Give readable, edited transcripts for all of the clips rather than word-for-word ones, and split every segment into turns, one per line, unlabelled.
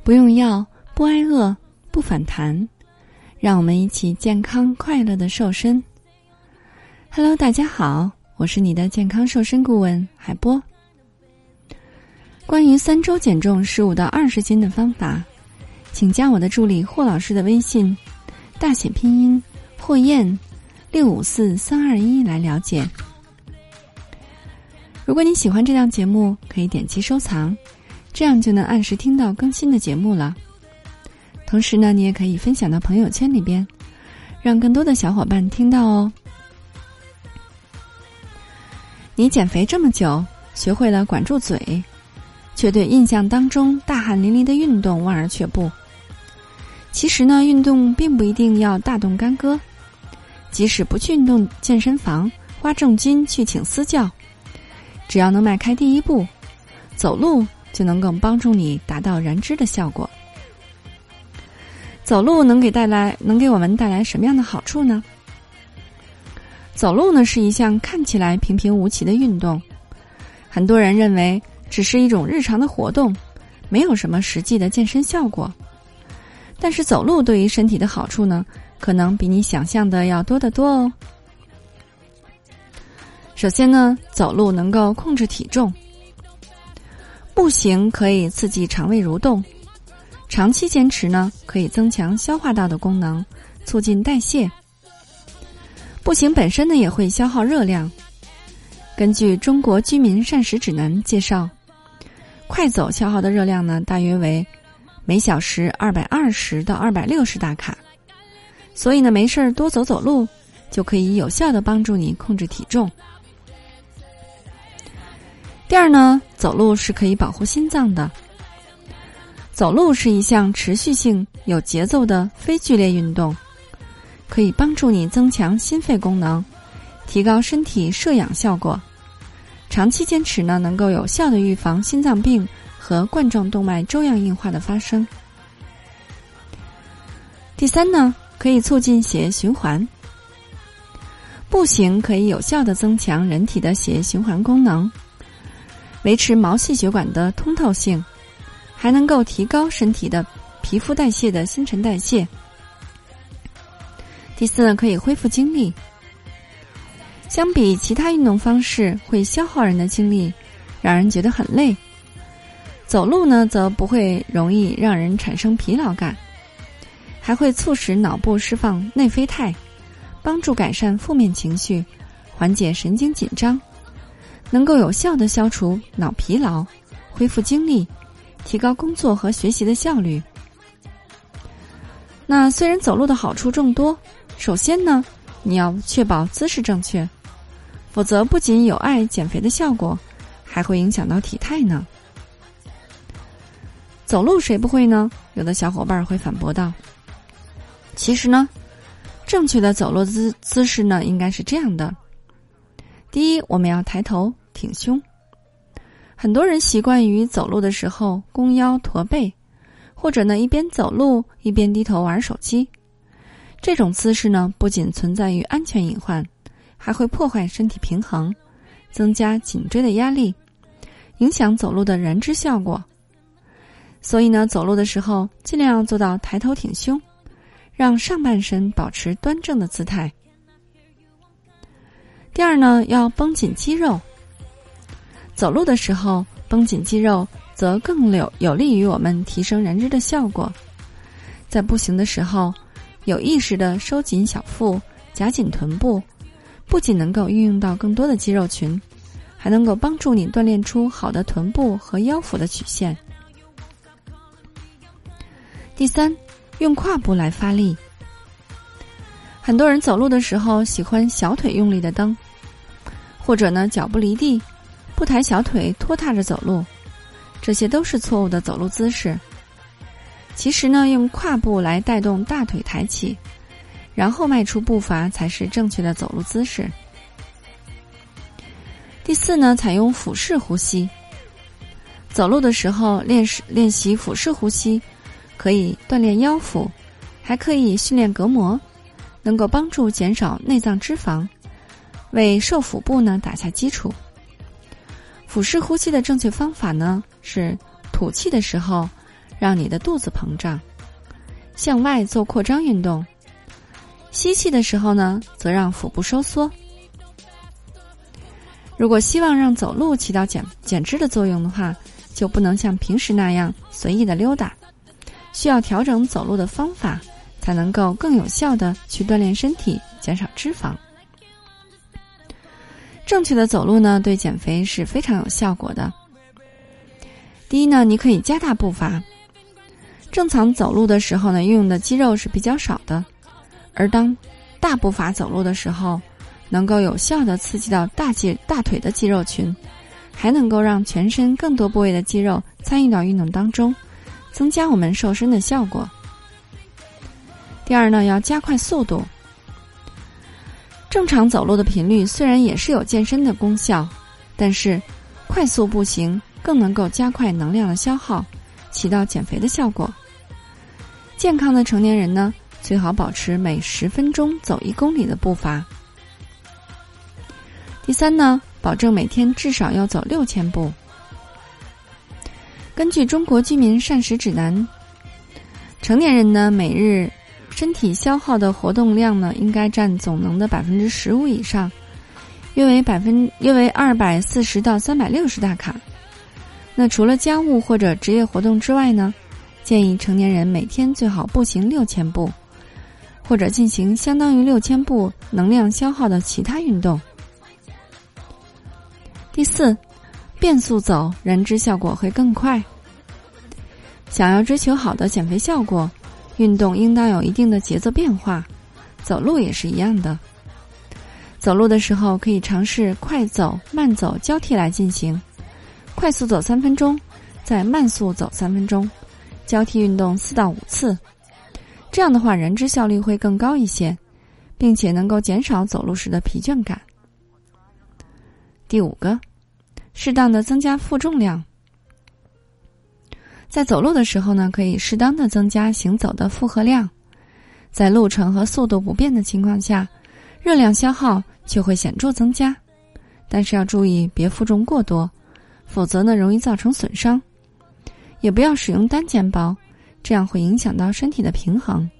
不用药，不挨饿，不反弹，让我们一起健康快乐的瘦身。Hello， 大家好，我是你的健康瘦身顾问海波。关于3周减重15到20斤的方法，请加我的助理霍老师的微信，大写拼音霍燕654321来了解。如果你喜欢这档节目，可以点击收藏，这样就能按时听到更新的节目了。同时呢，你也可以分享到朋友圈里边，让更多的小伙伴听到哦。你减肥这么久，学会了管住嘴，却对印象当中大汗淋漓的运动望而却步。其实呢，运动并不一定要大动干戈，即使不去运动健身房，花重金去请私教，只要能迈开第一步，走路就能够帮助你达到燃脂的效果。走路能给我们带来什么样的好处呢？走路呢是一项看起来平平无奇的运动，很多人认为只是一种日常的活动，没有什么实际的健身效果。但是走路对于身体的好处呢，可能比你想象的要多得多哦。首先呢，走路能够控制体重。步行可以刺激肠胃蠕动，长期坚持呢，可以增强消化道的功能，促进代谢。步行本身呢，也会消耗热量。根据《中国居民膳食指南》介绍，快走消耗的热量呢，大约为每小时220到260大卡。所以呢，没事多走走路，就可以有效地帮助你控制体重。第二呢，走路是可以保护心脏的。走路是一项持续性、有节奏的非剧烈运动，可以帮助你增强心肺功能，提高身体摄氧效果。长期坚持呢，能够有效地预防心脏病和冠状动脉粥样硬化的发生。第三呢，可以促进血液循环。步行可以有效地增强人体的血液循环功能，维持毛细血管的通透性，还能够提高身体的皮肤代谢的新陈代谢。第四呢，可以恢复精力。相比其他运动方式会消耗人的精力，让人觉得很累，走路呢则不会容易让人产生疲劳感，还会促使脑部释放内啡肽，帮助改善负面情绪，缓解神经紧张，能够有效地消除脑疲劳，恢复精力，提高工作和学习的效率。那虽然走路的好处众多，首先呢，你要确保姿势正确，否则不仅有碍减肥的效果，还会影响到体态呢。走路谁不会呢？有的小伙伴会反驳道，其实呢，正确的走路姿势呢，应该是这样的。第一，我们要抬头挺胸。很多人习惯于走路的时候弓腰驼背，或者呢一边走路一边低头玩手机。这种姿势呢，不仅存在于安全隐患，还会破坏身体平衡，增加颈椎的压力，影响走路的燃脂效果。所以呢，走路的时候尽量要做到抬头挺胸，让上半身保持端正的姿态。第二呢，要绷紧肌肉。走路的时候绷紧肌肉，则更有利于我们提升燃脂的效果。在步行的时候，有意识地收紧小腹，夹紧臀部，不仅能够运用到更多的肌肉群，还能够帮助你锻炼出好的臀部和腰腹的曲线。第三，用胯部来发力。很多人走路的时候喜欢小腿用力的蹬，或者呢脚不离地，不抬小腿拖踏着走路，这些都是错误的走路姿势。其实呢，用胯部来带动大腿抬起，然后迈出步伐才是正确的走路姿势。第四呢，采用腹式呼吸。走路的时候练习腹式呼吸，可以锻炼腰腹，还可以训练膈膜，能够帮助减少内脏脂肪，为瘦腹部呢打下基础。腹式呼吸的正确方法呢，是吐气的时候让你的肚子膨胀，向外做扩张运动。吸气的时候呢，则让腹部收缩。如果希望让走路起到减脂的作用的话，就不能像平时那样随意的溜达，需要调整走路的方法，才能够更有效的去锻炼身体，减少脂肪。正确的走路呢，对减肥是非常有效果的。第一呢，你可以加大步伐。正常走路的时候呢，运用的肌肉是比较少的，而当大步伐走路的时候，能够有效地刺激到大腿的肌肉群，还能够让全身更多部位的肌肉参与到运动当中，增加我们瘦身的效果。第二呢，要加快速度。正常走路的频率虽然也是有健身的功效，但是快速步行更能够加快能量的消耗，起到减肥的效果。健康的成年人呢，最好保持每10分钟走1公里的步伐。第三呢，保证每天至少要走6000步。根据中国居民膳食指南，成年人呢，每日身体消耗的活动量呢，应该占总能的15%以上，约为240到360大卡。那除了家务或者职业活动之外呢，建议成年人每天最好步行6000步，或者进行相当于6000步能量消耗的其他运动。第四，变速走，燃脂效果会更快。想要追求好的减肥效果，运动应当有一定的节奏变化，走路也是一样的。走路的时候可以尝试快走、慢走交替来进行，快速走3分钟，再慢速走3分钟，交替运动4到5次。这样的话，燃脂效率会更高一些，并且能够减少走路时的疲倦感。第5个，适当的增加负重量。在走路的时候呢，可以适当的增加行走的负荷量，在路程和速度不变的情况下，热量消耗就会显著增加，但是要注意别负重过多，否则呢容易造成损伤。也不要使用单肩包，这样会影响到身体的平衡。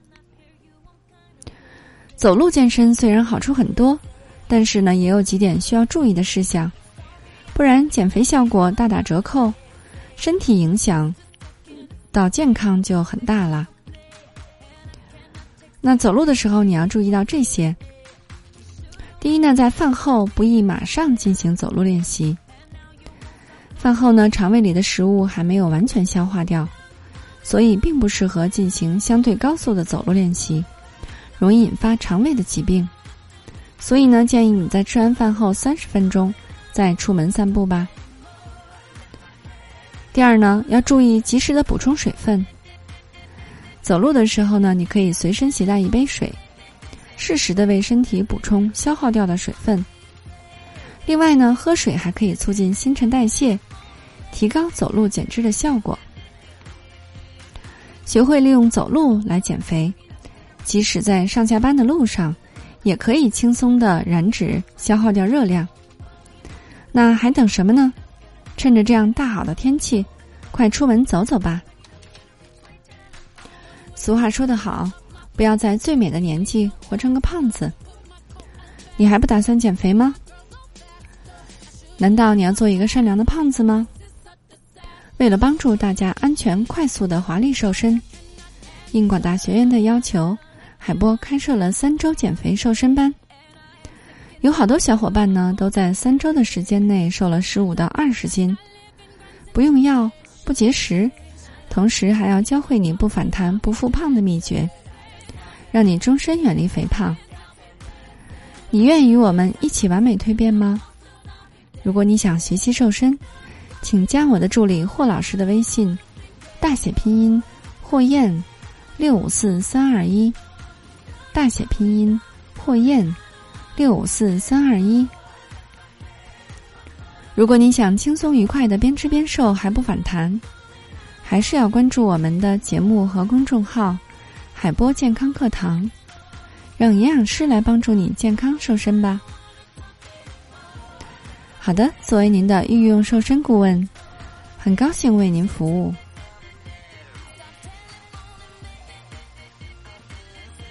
走路健身虽然好处很多，但是呢也有几点需要注意的事项，不然减肥效果大打折扣，身体影响到健康就很大了。那走路的时候你要注意到这些。第一呢，在饭后不宜马上进行走路练习。饭后呢，肠胃里的食物还没有完全消化掉，所以并不适合进行相对高速的走路练习，容易引发肠胃的疾病。所以呢，建议你在吃完饭后30分钟再出门散步吧。第二呢，要注意及时的补充水分。走路的时候呢，你可以随身携带一杯水，适时的为身体补充消耗掉的水分。另外呢，喝水还可以促进新陈代谢，提高走路减脂的效果。学会利用走路来减肥，即使在上下班的路上，也可以轻松的燃脂，消耗掉热量。那还等什么呢？趁着这样大好的天气，快出门走走吧。俗话说得好，不要在最美的年纪活成个胖子。你还不打算减肥吗？难道你要做一个善良的胖子吗？为了帮助大家安全快速的华丽瘦身，应广大学员的要求，海波开设了3周减肥瘦身班。有好多小伙伴呢，都在3周的时间内瘦了15到20斤，不用药，不节食，同时还要教会你不反弹不复胖的秘诀，让你终身远离肥胖。你愿意与我们一起完美蜕变吗？如果你想学习瘦身，请加我的助理霍老师的微信，大写拼音霍燕654321，大写拼音霍燕654321。如果你想轻松愉快的边吃边瘦还不反弹，还是要关注我们的节目和公众号海波健康课堂，让营养师来帮助你健康瘦身吧。好的，作为您的御用瘦身顾问，很高兴为您服务。